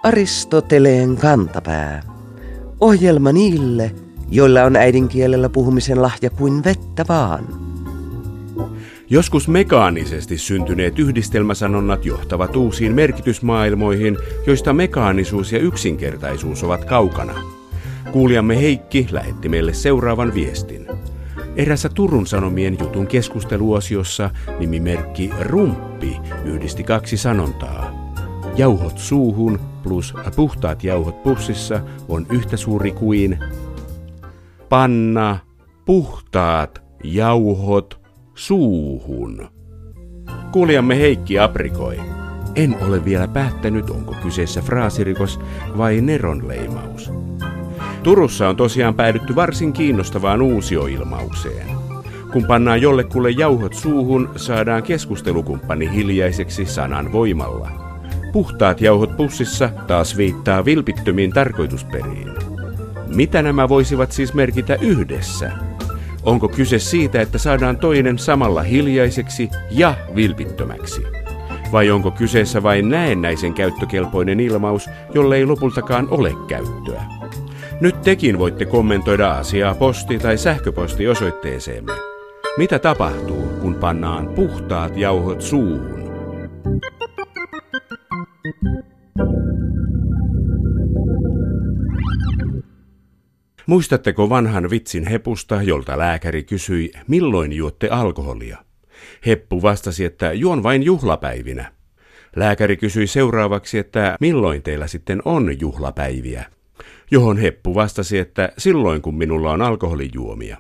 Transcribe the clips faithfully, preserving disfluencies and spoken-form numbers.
Aristoteleen kantapää. Ohjelma niille, joilla on äidinkielellä puhumisen lahja kuin vettä vaan. Joskus mekaanisesti syntyneet yhdistelmäsanonnat johtavat uusiin merkitysmaailmoihin, joista mekaanisuus ja yksinkertaisuus ovat kaukana. Kuulijamme Heikki lähetti meille seuraavan viestin. Erässä Turun Sanomien jutun keskusteluosiossa nimimerkki Rumppi yhdisti kaksi sanontaa. Jauhot suuhun plus puhtaat jauhot pussissa on yhtä suuri kuin panna puhtaat jauhot suuhun. Kuulijamme Heikki aprikoi. En ole vielä päättänyt, onko kyseessä fraasirikos vai neronleimaus. Turussa on tosiaan päädytty varsin kiinnostavaan uusioilmaukseen. Kun pannaan jollekulle jauhot suuhun, saadaan keskustelukumppani hiljaiseksi sanan voimalla. Puhtaat jauhot pussissa taas viittaa vilpittömiin tarkoitusperiin. Mitä nämä voisivat siis merkitä yhdessä? Onko kyse siitä, että saadaan toinen samalla hiljaiseksi ja vilpittömäksi? Vai onko kyseessä vain näennäisen käyttökelpoinen ilmaus, jolle ei lopultakaan ole käyttöä? Nyt tekin voitte kommentoida asiaa posti- tai sähköpostiosoitteeseemme. Mitä tapahtuu, kun pannaan puhtaat jauhot suuhun? Muistatteko vanhan vitsin Hepusta, jolta lääkäri kysyi, milloin juotte alkoholia? Heppu vastasi, että juon vain juhlapäivinä. Lääkäri kysyi seuraavaksi, että milloin teillä sitten on juhlapäiviä? Johon Heppu vastasi, että silloin kun minulla on alkoholijuomia.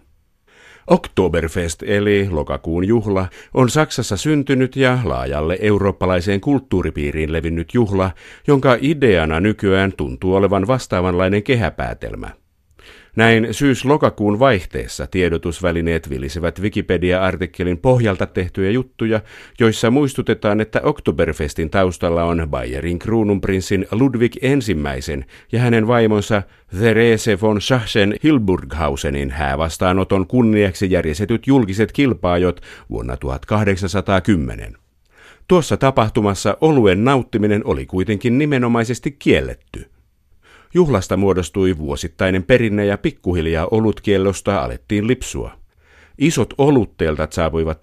Oktoberfest eli lokakuun juhla on Saksassa syntynyt ja laajalle eurooppalaiseen kulttuuripiiriin levinnyt juhla, jonka ideana nykyään tuntuu olevan vastaavanlainen kehäpäätelmä. Näin syys-lokakuun vaihteessa tiedotusvälineet vilisevät Wikipedia-artikkelin pohjalta tehtyjä juttuja, joissa muistutetaan, että Oktoberfestin taustalla on Bayerin kruununprinssin Ludwig ensimmäisen ja hänen vaimonsa Therese von Sachsen-Hildburghausenin häävastaanoton kunniaksi järjestetyt julkiset kilpaajot vuonna tuhatkahdeksansataakymmenen. Tuossa tapahtumassa oluen nauttiminen oli kuitenkin nimenomaisesti kielletty. Juhlasta muodostui vuosittainen perinne ja pikkuhiljaa olutkiellosta alettiin lipsua. Isot olutteltat saapuivat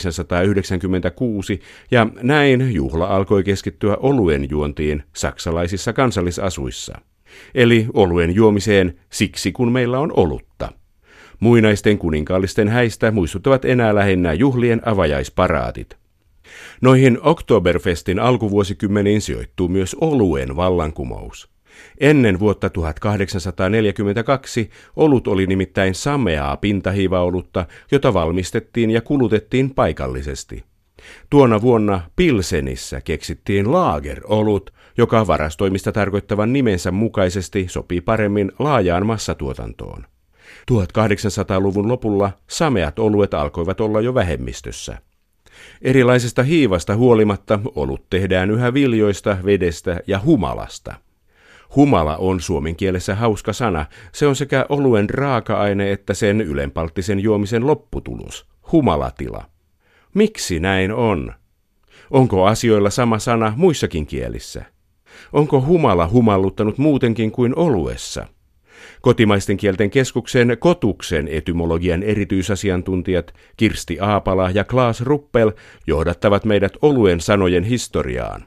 tuhatkahdeksansataayhdeksänkymmentäkuusi ja näin juhla alkoi keskittyä oluen juontiin saksalaisissa kansallisasuissa. Eli oluen juomiseen siksi kun meillä on olutta. Muinaisten kuninkaallisten häistä muistuttavat enää lähinnä juhlien avajaisparaatit. Noihin Oktoberfestin alkuvuosikymmeniin sijoittuu myös oluen vallankumous. Ennen vuotta tuhatkahdeksansataaneljäkymmentäkaksi olut oli nimittäin sameaa pintahiivaolutta, jota valmistettiin ja kulutettiin paikallisesti. Tuona vuonna Pilsenissä keksittiin lagerolut, joka varastoimista tarkoittavan nimensä mukaisesti sopii paremmin laajaan massatuotantoon. tuhatkahdeksansataaluvun lopulla sameat oluet alkoivat olla jo vähemmistössä. Erilaisesta hiivasta huolimatta olut tehdään yhä viljoista, vedestä ja humalasta. Humala on suomen kielessä hauska sana. Se on sekä oluen raaka-aine että sen ylenpalttisen juomisen lopputulos, humalatila. Miksi näin on? Onko asioilla sama sana muissakin kielissä? Onko humala humalluttanut muutenkin kuin oluessa? Kotimaisten kielten keskuksen Kotuksen etymologian erityisasiantuntijat Kirsti Aapala ja Klaas Ruppel johdattavat meidät oluen sanojen historiaan.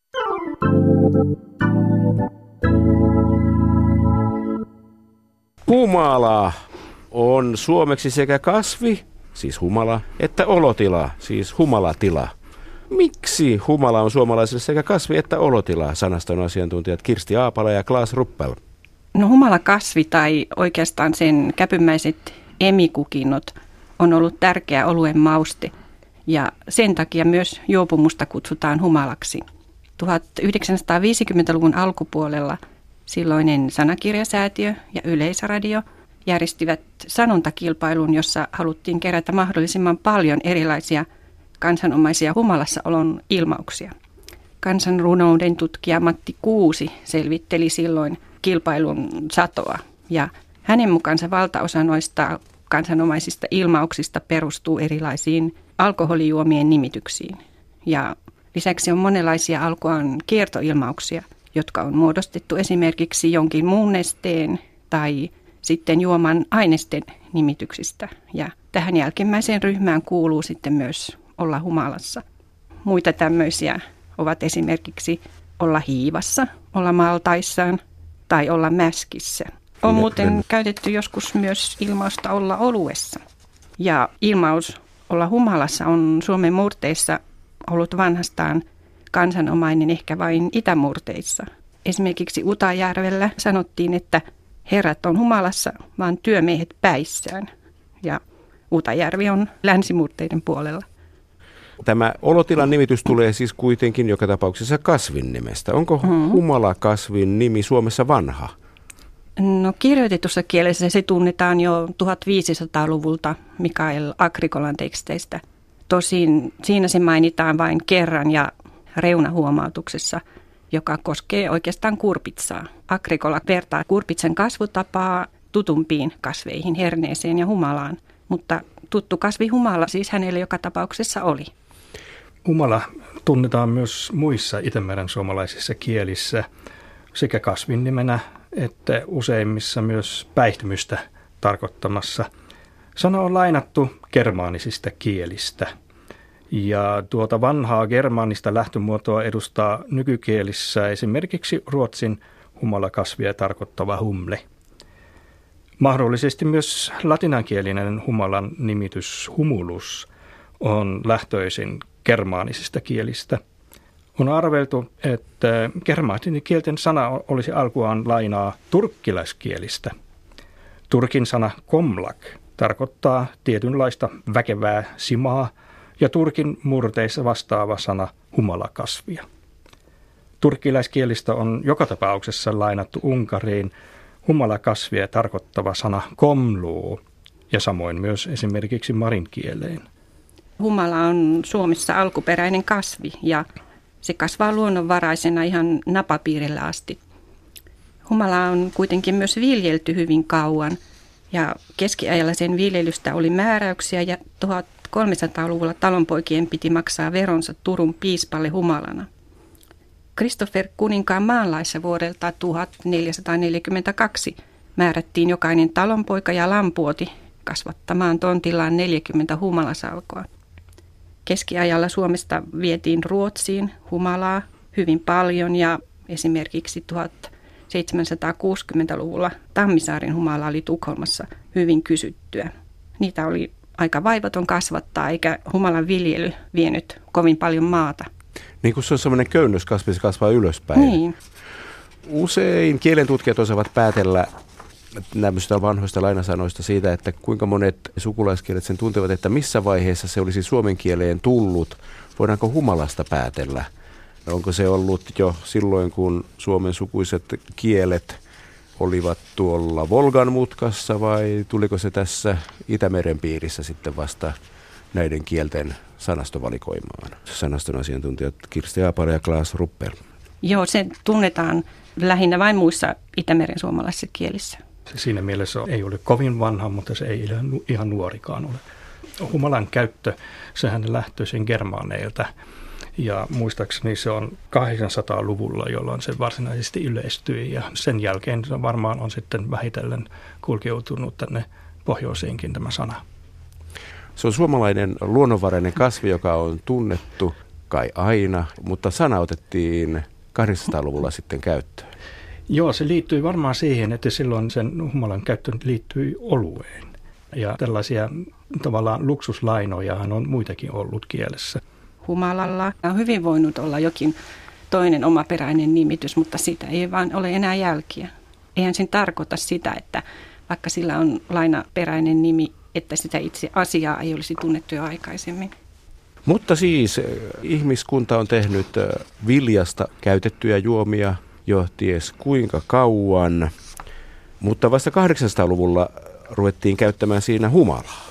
Humala on suomeksi sekä kasvi, siis humala, että olotila, siis humalatila. Miksi humala on suomalaisille sekä kasvi että olotila, sanaston asiantuntijat Kirsti Aapala ja Klaas Ruppel? No humalakasvi tai oikeastaan sen käpymäiset emikukinnot on ollut tärkeä oluen mauste ja sen takia myös juopumusta kutsutaan humalaksi. tuhatyhdeksänsataaviisikymmentäluvun alkupuolella silloinen sanakirjasäätiö ja Yleisradio järjestivät sanontakilpailun, jossa haluttiin kerätä mahdollisimman paljon erilaisia kansanomaisia humalassaolon ilmauksia. Kansanrunouden tutkija Matti Kuusi selvitteli silloin kilpailun satoa ja hänen mukaansa valtaosa noista kansanomaisista ilmauksista perustuu erilaisiin alkoholijuomien nimityksiin. Ja lisäksi on monenlaisia alkuaan kiertoilmauksia, jotka on muodostettu esimerkiksi jonkin muun nesteen tai sitten juoman ainesten nimityksistä. Ja tähän jälkimmäiseen ryhmään kuuluu sitten myös olla humalassa. Muita tämmöisiä ovat esimerkiksi olla hiivassa, olla maltaissaan tai olla mäskissä. On muuten käytetty joskus myös ilmausta olla oluessa. Ja ilmaus olla humalassa on Suomen murteissa ollut vanhastaan kansanomainen ehkä vain itämurteissa. Esimerkiksi Utajärvellä sanottiin, että herrat on humalassa, vaan työmiehet päissään. Ja Utajärvi on länsimurteiden puolella. Tämä olotilan nimitys tulee siis kuitenkin joka tapauksessa kasvin nimestä. Onko hmm. humala-kasvin nimi Suomessa vanha? No kirjoitetussa kielessä se tunnetaan jo tuhatviisisataaluvulta Mikael Agricolan teksteistä. Tosin siinä se mainitaan vain kerran ja reunahuomautuksessa, joka koskee oikeastaan kurpitsaa. Agricola vertaa kurpitsan kasvutapaa tutumpiin kasveihin, herneeseen ja humalaan, mutta tuttu kasvi humala siis hänelle joka tapauksessa oli. Humala tunnetaan myös muissa Itämeren suomalaisissa kielissä sekä kasvin nimenä että useimmissa myös päihtymystä tarkoittamassa. Sana on lainattu germaanisista kielistä ja tuota vanhaa germaanista lähtömuotoa edustaa nykykielissä esimerkiksi ruotsin humalakasvia tarkoittava humle. Mahdollisesti myös latinankielinen humalan nimitys humulus on lähtöisin germaanisista kielistä. On arveltu, että germaanisten kielten sana olisi alkuaan lainaa turkkilaiskielistä. Turkin sana komlak tarkoittaa tietynlaista väkevää simaa ja turkin murteissa vastaava sana humalakasvia. Turkkilaiskielistä on joka tapauksessa lainattu Unkariin humalakasvia tarkoittava sana komluu ja samoin myös esimerkiksi marin kieleen. Humala on Suomessa alkuperäinen kasvi ja se kasvaa luonnonvaraisena ihan napapiirillä asti. Humala on kuitenkin myös viljelty hyvin kauan ja keskiajalla sen viljelystä oli määräyksiä ja tuhatkolmesataaluvulla talonpoikien piti maksaa veronsa Turun piispalle humalana. Christopher Kuninkaan maanlaissa vuodelta tuhatneljäsataaneljäkymmentäkaksi määrättiin jokainen talonpoika ja lampuoti kasvattamaan tontillaan neljäkymmentä humalasalkoa. Keskiajalla Suomesta vietiin Ruotsiin humalaa hyvin paljon ja esimerkiksi tuhatseitsemänsataakuusikymmentäluvulla Tammisaaren humala oli Tukholmassa hyvin kysyttyä. Niitä oli aika vaivaton kasvattaa eikä humalan viljely vienyt kovin paljon maata. Niin kuin se on sellainen köynnöskasvi, se kasvaa ylöspäin. Niin. Usein kielentutkijat osaavat päätellä nämmöistä vanhoista lainasanoista siitä, että kuinka monet sukulaiskielet sen tuntevat, että missä vaiheessa se olisi suomen kieleen tullut. Voidaanko humalasta päätellä? Onko se ollut jo silloin, kun suomen sukuiset kielet olivat tuolla Volgan mutkassa vai tuliko se tässä Itämeren piirissä sitten vasta näiden kielten sanastovalikoimaan? Sanaston asiantuntijat Kirsti Aapara ja Klaas Ruppel. Joo, se tunnetaan lähinnä vain muissa Itämeren suomalaisissa kielissä. Se siinä mielessä ei ole kovin vanha, mutta se ei ihan nuorikaan ole. Humalan käyttö, sehän lähtöisin germaaneilta. Ja muistaakseni se on kahdeksansataaluvulla, jolloin se varsinaisesti yleistyi. Ja sen jälkeen se varmaan on sitten vähitellen kulkeutunut tänne pohjoiseenkin tämä sana. Se on suomalainen luonnonvarainen kasvi, joka on tunnettu kai aina, mutta sana otettiin kahdeksansataaluvulla sitten käyttöön. Joo, se liittyy varmaan siihen, että silloin sen humalan käyttö liittyi olueen. Ja tällaisia tavallaan luksuslainojahan on muitakin ollut kielessä. Humalalla on hyvin voinut olla jokin toinen omaperäinen nimitys, mutta siitä ei vaan ole enää jälkiä. Eihän sen tarkoita sitä, että vaikka sillä on lainaperäinen nimi, että sitä itse asiaa ei olisi tunnettu jo aikaisemmin. Mutta siis ihmiskunta on tehnyt viljasta käytettyjä juomia jo ties kuinka kauan, mutta vasta kahdeksansataaluvulla ruvettiin käyttämään siinä humalaa.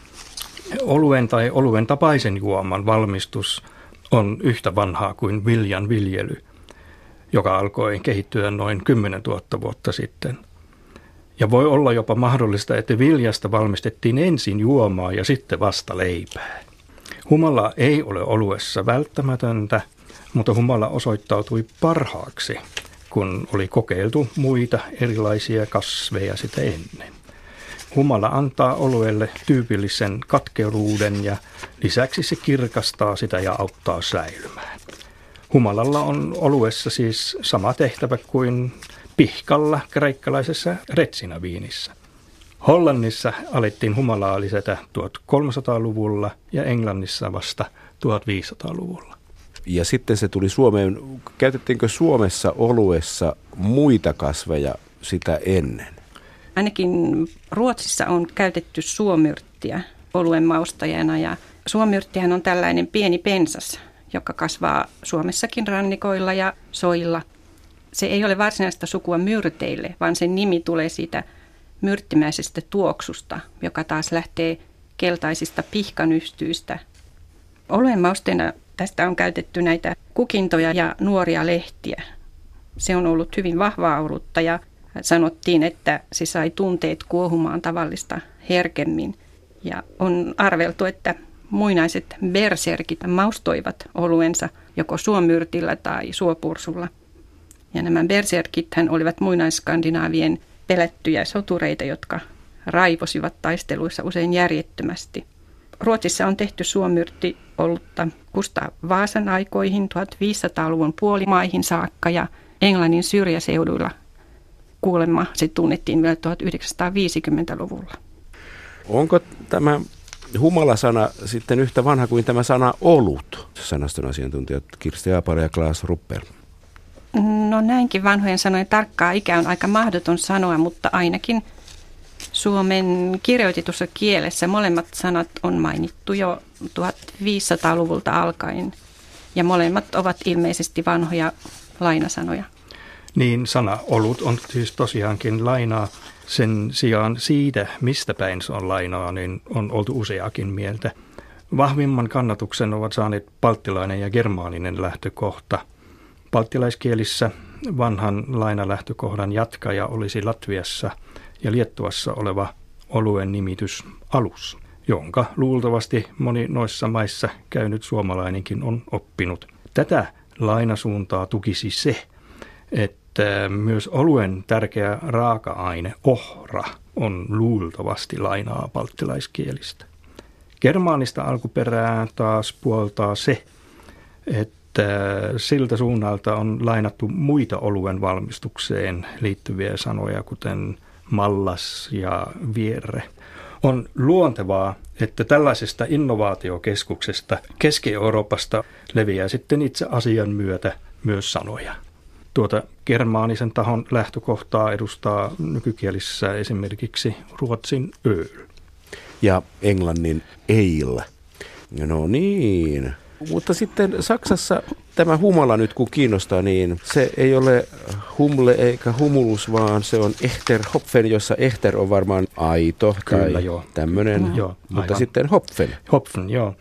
Oluen tai oluen tapaisen juoman valmistus on yhtä vanhaa kuin viljan viljely, joka alkoi kehittyä noin kymmenentuhatta vuotta sitten. Ja voi olla jopa mahdollista, että viljasta valmistettiin ensin juomaa ja sitten vasta leipää. Humala ei ole oluessa välttämätöntä, mutta humala osoittautui parhaaksi kun oli kokeiltu muita erilaisia kasveja sitä ennen. Humala antaa oluelle tyypillisen katkeruuden ja lisäksi se kirkastaa sitä ja auttaa säilymään. Humalalla on oluessa siis sama tehtävä kuin pihkalla kreikkalaisessa retsinaviinissä. Hollannissa alettiin humalaa lisätä tuhatkolmesataaluvulla ja Englannissa vasta tuhatviisisataaluvulla. Ja sitten se tuli Suomeen. Käytettiinkö Suomessa oluessa muita kasveja sitä ennen? Ainakin Ruotsissa on käytetty suomyrttiä oluen maustajana ja suomyrttihän on tällainen pieni pensas, joka kasvaa Suomessakin rannikoilla ja soilla. Se ei ole varsinaista sukua myrteille, vaan sen nimi tulee siitä myrttimäisestä tuoksusta, joka taas lähtee keltaisista pihkanystyistä. Oluen mausteena tästä on käytetty näitä kukintoja ja nuoria lehtiä. Se on ollut hyvin vahvaa olutta ja sanottiin, että se sai tunteet kuohumaan tavallista herkemmin. Ja on arveltu, että muinaiset berserkit maustoivat oluensa joko suomyrtillä tai suopursulla. Ja nämä berserkithän olivat muinaiskandinaavien pelättyjä sotureita, jotka raivosivat taisteluissa usein järjettömästi. Ruotsissa on tehty suomyrtti olutta Kustaa Vaasan aikoihin tuhatviisisataaluvun puolimaihin saakka ja Englannin syrjäseuduilla kuulemma se tunnettiin vielä tuhatyhdeksänsataaviisikymmentäluvulla. Onko tämä humala-sana sitten yhtä vanha kuin tämä sana olut? Sanaston asiantuntijat Kirsti Aapala ja Klaas Ruppel. No näinkin vanhojen sanojen tarkkaa ikää on aika mahdoton sanoa, mutta ainakin suomen kirjoitetussa kielessä molemmat sanat on mainittu jo tuhatviisisataaluvulta alkaen ja molemmat ovat ilmeisesti vanhoja lainasanoja. Niin, sana olut on siis tosiaankin lainaa. Sen sijaan siitä, mistä päin se on lainaa, niin on oltu useakin mieltä. Vahvimman kannatuksen ovat saaneet balttilainen ja germaaninen lähtökohta. Balttilaiskielissä vanhan lainalähtökohdan jatkaja olisi Latviassa ja Liettuassa oleva oluen nimitys alus, jonka luultavasti moni noissa maissa käynyt suomalainenkin on oppinut. Tätä lainasuuntaa tukisi se, että myös oluen tärkeä raaka-aine, ohra, on luultavasti lainaa balttilaiskielistä. Germaanista alkuperää taas puoltaa se, että siltä suunnalta on lainattu muita oluen valmistukseen liittyviä sanoja, kuten mallas ja vierre. On luontevaa, että tällaisesta innovaatiokeskuksesta Keski-Euroopasta leviää sitten itse asian myötä myös sanoja. Tuota germaanisen tahon lähtökohtaa edustaa nykykielissä esimerkiksi ruotsin öl. Ja englannin ale. No niin. Mutta sitten Saksassa tämä humala nyt kun kiinnostaa, niin se ei ole humle eikä humulus, vaan se on Echter Hopfen, jossa Echter on varmaan aito Kyllä, tai joo. tämmöinen, Mm, joo, mutta aivan. sitten Hopfen. Hopfen, joo.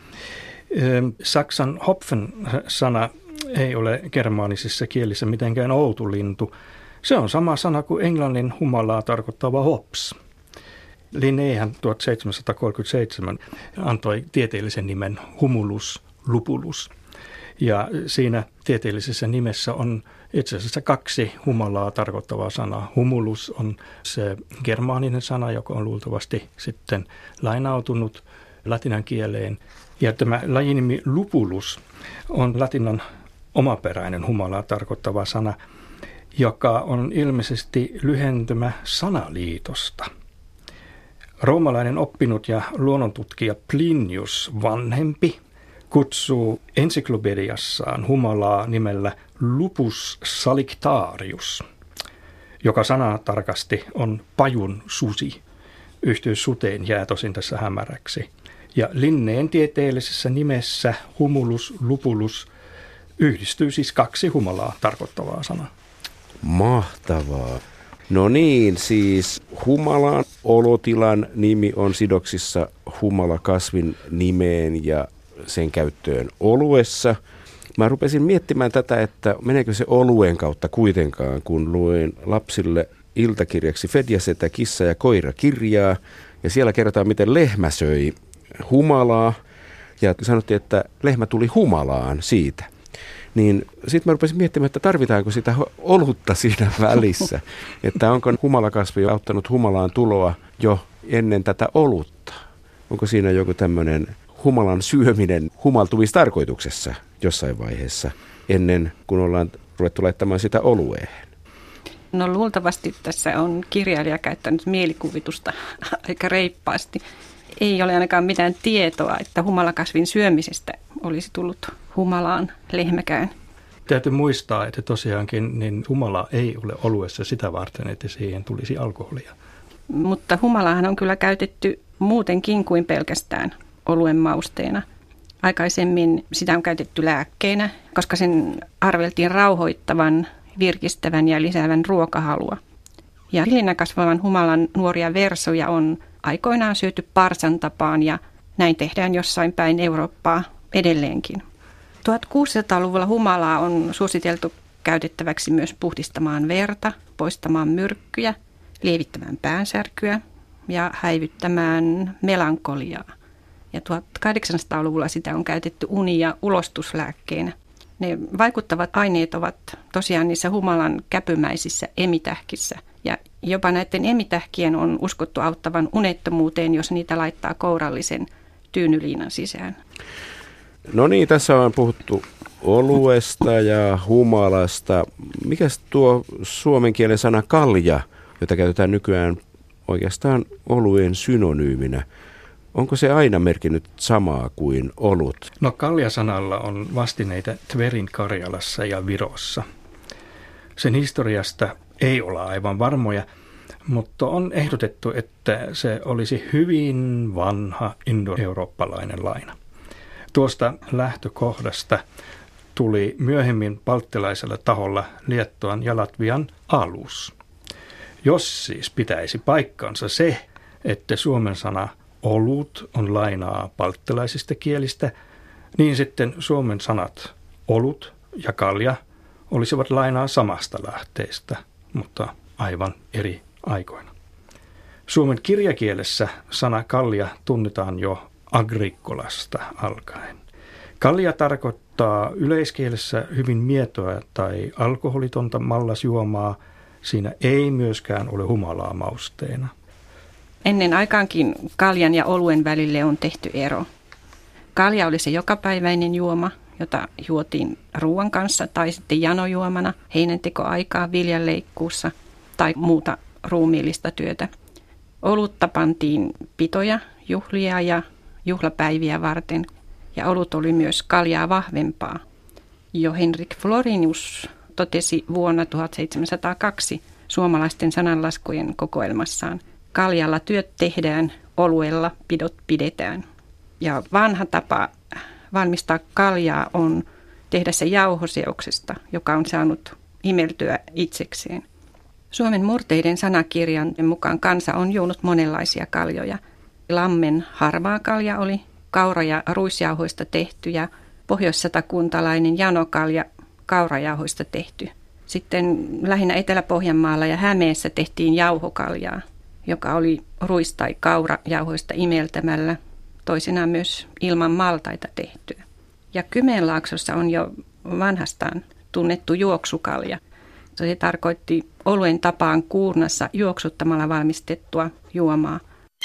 Saksan Hopfen-sana ei ole germaanisissa kielissä mitenkään outulintu. Se on sama sana kuin englannin humalaa tarkoittava hops. Linnéhän tuhatseitsemänsataakolmekymmentäseitsemän antoi tieteellisen nimen humulus lupulus. Ja siinä tieteellisessä nimessä on itse asiassa kaksi humalaa tarkoittavaa sanaa. Humulus on se germaaninen sana, joka on luultavasti sitten lainautunut latinan kieleen. Ja tämä lajinimi lupulus on latinan omaperäinen humalaa tarkoittava sana, joka on ilmeisesti lyhentymä sanaliitosta. Roomalainen oppinut ja luonnontutkija Plinius vanhempi kutsuu encyklopediassaan humalaa nimellä lupus salictarius, joka sana tarkasti on pajun susi. Yhteys suteen jää tosin tässä hämäräksi. Ja Linneen tieteellisessä nimessä humulus lupulus yhdistyy siis kaksi humalaa tarkoittavaa sanaa. Mahtavaa. No niin, siis humalan olotilan nimi on sidoksissa humalakasvin nimeen ja sen käyttöön oluessa. Mä rupesin miettimään tätä, että meneekö se oluen kautta kuitenkaan, kun luin lapsille iltakirjaksi Fedja setä kissa ja koira kirjaa. Ja siellä kerrotaan, miten lehmä söi humalaa. Ja sanottiin, että lehmä tuli humalaan siitä. niin sitten mä rupesin miettimään, että tarvitaanko sitä olutta siinä välissä. Että onko humalakasvi auttanut humalaan tuloa jo ennen tätä olutta? Onko siinä joku tämmöinen humalan syöminen humaltumistarkoituksessa jossain vaiheessa ennen kuin ollaan ruvettu laittamaan sitä olueen? No luultavasti tässä on kirjailija käyttänyt mielikuvitusta aika reippaasti. Ei ole ainakaan mitään tietoa, että humalakasvin syömisestä olisi tullut humalaan lehmäkään. Täytyy muistaa, että tosiaankin niin humala ei ole oluessa sitä varten, että siihen tulisi alkoholia. Mutta humalaahan on kyllä käytetty muutenkin kuin pelkästään oluen mausteena. Aikaisemmin sitä on käytetty lääkkeenä, koska sen arveltiin rauhoittavan, virkistävän ja lisäävän ruokahalua. Ja villinä kasvavan humalan nuoria versoja on aikoinaan syöty parsan tapaan ja näin tehdään jossain päin Eurooppaa edelleenkin. tuhatkuusisataaluvulla humalaa on suositeltu käytettäväksi myös puhdistamaan verta, poistamaan myrkkyjä, lievittämään päänsärkyä ja häivyttämään melankoliaa. Ja tuhatkahdeksansataaluvulla sitä on käytetty uni- ja ulostuslääkkeenä. Ne vaikuttavat aineet ovat tosiaan niissä humalan käpymäisissä emitähkissä. Ja jopa näiden emitähkien on uskottu auttavan unettomuuteen, jos niitä laittaa kourallisen tyynyliinan sisään. No niin, tässä on puhuttu oluesta ja humalasta. Mikäs tuo suomen kielen sana kalja, jota käytetään nykyään oikeastaan oluen synonyyminä? Onko se aina merkinnyt samaa kuin olut? No kaljasanalla on vastineita Tverin Karjalassa ja Virossa. Sen historiasta ei olla aivan varmoja, mutta on ehdotettu, että se olisi hyvin vanha indoeurooppalainen laina. Tuosta lähtökohdasta tuli myöhemmin balttilaisella taholla Liettuan ja Latvian alus. Jos siis pitäisi paikkansa se, että suomen sana olut on lainaa balttilaisista kielistä, niin sitten suomen sanat olut ja kalja olisivat lainaa samasta lähteestä, mutta aivan eri aikoina. Suomen kirjakielessä sana kalja tunnetaan jo Agrikolasta alkaen. Kalja tarkoittaa yleiskielessä hyvin mietoa tai alkoholitonta mallasjuomaa. Siinä ei myöskään ole humalaa mausteena. Ennen aikaankin kaljan ja oluen välille on tehty ero. Kalja oli se jokapäiväinen juoma, jota juotiin ruoan kanssa tai sitten janojuomana heinäntekoaikaa viljanleikkuussa tai muuta ruumiillista työtä. Olutta pantiin pitoja, juhlia ja juhlapäiviä varten ja olut oli myös kaljaa vahvempaa. Jo Henrik Florinius totesi vuonna tuhatseitsemänsataakaksi suomalaisten sananlaskujen kokoelmassaan: kaljalla työt tehdään, oluella pidot pidetään. Ja vanha tapa valmistaa kaljaa on tehdä se jauhoseoksesta, joka on saanut imeltyä itsekseen. Suomen murteiden sanakirjan mukaan kansa on juonut monenlaisia kaljoja. Lammen harmaa kalja oli kaura- ja ruisjauhoista tehty ja pohjoissatakuntalainen janokalja kaurajauhoista tehty. Sitten lähinnä Etelä-Pohjanmaalla ja Hämeessä tehtiin jauhokaljaa, joka oli ruis- tai kaurajauhoista imeltämällä, toisinaan myös ilman maltaita tehtyä. Ja Kymenlaaksossa on jo vanhastaan tunnettu juoksukalja. Se tarkoitti oluen tapaan kuurnassa juoksuttamalla valmistettua juomaa.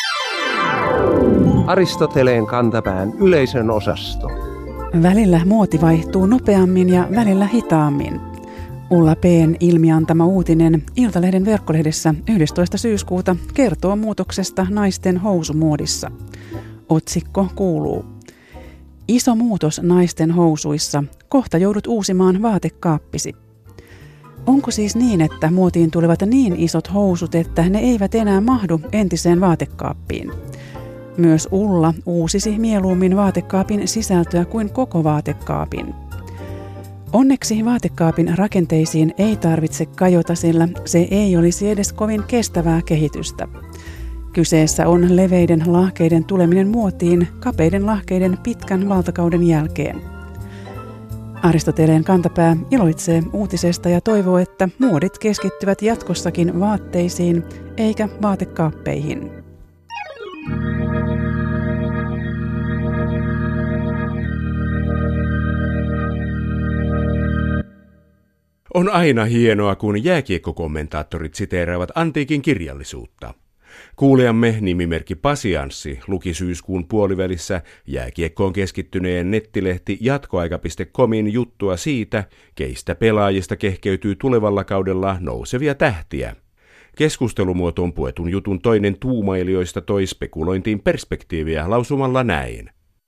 Aristoteleen kantapään yleisön osasto. Välillä muoti vaihtuu nopeammin ja välillä hitaammin. Ulla P:n ilmiantama uutinen Iltalehden verkkolehdessä yhdestoista syyskuuta kertoo muutoksesta naisten housumuodissa. Otsikko kuuluu: Iso muutos naisten housuissa. Kohta joudut uusimaan vaatekaappisi. Onko siis niin, että muotiin tulevat niin isot housut, että ne eivät enää mahdu entiseen vaatekaappiin? Myös Ulla uusisi mieluummin vaatekaapin sisältöä kuin koko vaatekaapin. Onneksi vaatekaapin rakenteisiin ei tarvitse kajota, sillä se ei olisi edes kovin kestävää kehitystä. Kyseessä on leveiden lahkeiden tuleminen muotiin kapeiden lahkeiden pitkän valtakauden jälkeen. Aristoteleen kantapää iloitsee uutisesta ja toivoo, että muodit keskittyvät jatkossakin vaatteisiin eikä vaatekaappeihin. On aina hienoa, kun jääkiekkokommentaattorit siteeraavat antiikin kirjallisuutta. Kuulijamme nimimerkki Pasianssi luki syyskuun puolivälissä jääkiekkoon keskittyneen nettilehti jatkoaika piste comin juttua siitä, keistä pelaajista kehkeytyy tulevalla kaudella nousevia tähtiä. Keskustelumuotoon puetun jutun toinen tuumailijoista toi spekulointiin perspektiiviä lausumalla näin.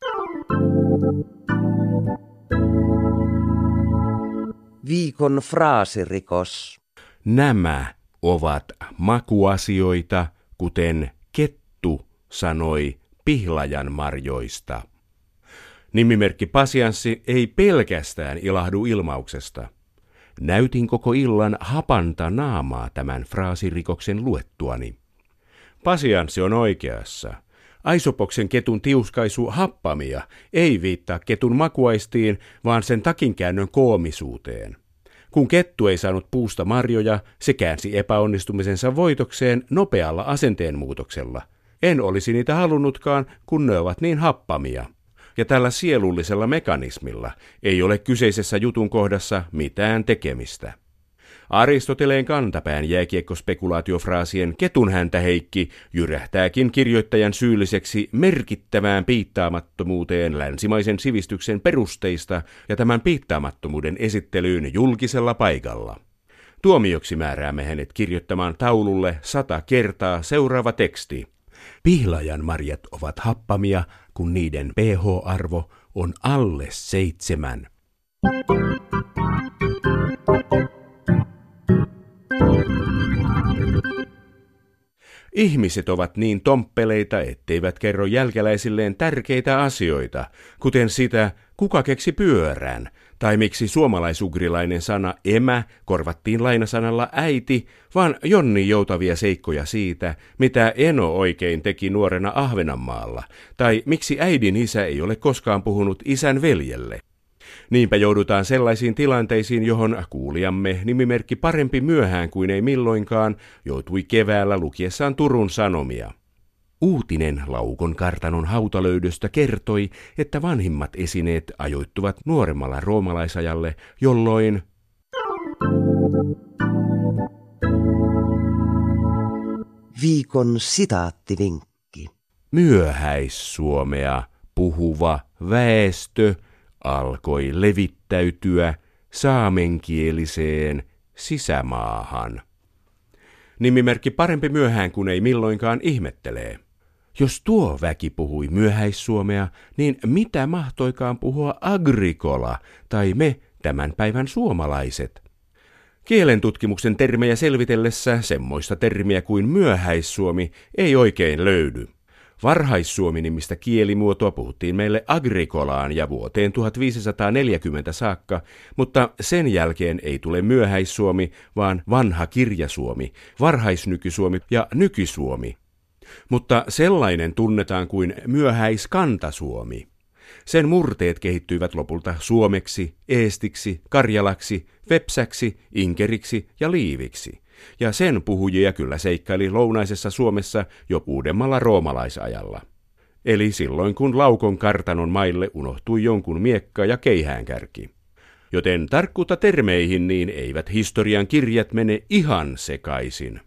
Viikon fraasirikos. Nämä ovat makuasioita, kuten Kettu sanoi pihlajan marjoista. Nimimerkki Pasianssi ei pelkästään ilahdu ilmauksesta. Näytin koko illan hapanta naamaa tämän fraasirikoksen luettuani. Pasianssi on oikeassa. Aisopoksen ketun tiuskaisu happamia ei viittaa ketun makuaistiin, vaan sen takinkäännön koomisuuteen. Kun kettu ei saanut puusta marjoja, se käänsi epäonnistumisensa voitokseen nopealla asenteenmuutoksella. En olisi niitä halunnutkaan, kun ne ovat niin happamia. Ja tällä sielullisella mekanismilla ei ole kyseisessä jutun kohdassa mitään tekemistä. Aristoteleen kantapään jääkiekkospekulaatiofraasien ketunhäntä Heikki jyrähtääkin kirjoittajan syylliseksi merkittävään piittaamattomuuteen länsimaisen sivistyksen perusteista ja tämän piittaamattomuuden esittelyyn julkisella paikalla. Tuomioksi määräämme hänet kirjoittamaan taululle sata kertaa seuraava teksti. Pihlajan marjat ovat happamia, kun niiden pH-arvo on alle seitsemän. Ihmiset ovat niin tomppeleita, etteivät kerro jälkeläisilleen tärkeitä asioita, kuten sitä, kuka keksi pyörän, tai miksi suomalaisugrilainen sana emä korvattiin lainasanalla äiti, vaan jonni joutavia seikkoja siitä, mitä Eno oikein teki nuorena Ahvenanmaalla, tai miksi äidin isä ei ole koskaan puhunut isän veljelle. Niinpä joudutaan sellaisiin tilanteisiin, johon kuulijamme nimimerkki Parempi myöhään kuin ei milloinkaan joutui keväällä lukiessaan Turun Sanomia. Uutinen Laukon kartanon hautalöydöstä kertoi, että vanhimmat esineet ajoittuvat nuoremmalla roomalaisajalle, jolloin Viikon sitaattivinkki. Myöhäissuomea puhuva väestö alkoi levittäytyä saamenkieliseen sisämaahan. Nimimerkki Parempi myöhään kuin ei milloinkaan ihmettelee. Jos tuo väki puhui myöhäissuomea, niin mitä mahtoikaan puhua agrikola tai me tämän päivän suomalaiset? Kielentutkimuksen termejä selvitellessä semmoista termiä kuin myöhäissuomi ei oikein löydy. Varhaissuomi-nimistä kielimuotoa puhuttiin meille agrikolaan ja vuoteen tuhatviisisataaneljäkymmentä saakka, mutta sen jälkeen ei tule myöhäissuomi, vaan vanha kirjasuomi, varhaisnykysuomi ja nykysuomi. Mutta sellainen tunnetaan kuin myöhäiskantasuomi. Sen murteet kehittyivät lopulta suomeksi, eestiksi, karjalaksi, vepsäksi, inkeriksi ja liiviksi. Ja sen puhujia kyllä seikkaili lounaisessa Suomessa jo uudemmalla roomalaisajalla. Eli silloin kun Laukon kartanon maille unohtui jonkun miekka ja keihäänkärki. Joten tarkkuutta termeihin niin eivät historian kirjat mene ihan sekaisin.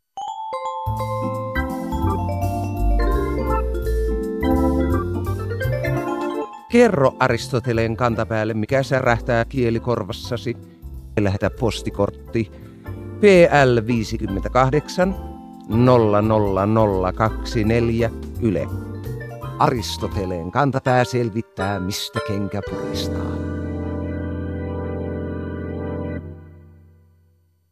Kerro Aristoteleen kantapäälle, mikä särähtää kielikorvassasi. Lähetä postikortti P L viisikymmentäkahdeksan nolla nolla nolla kaksikymmentäneljä Yle. Aristoteleen kantapää selvittää, mistä kenkä puristaa.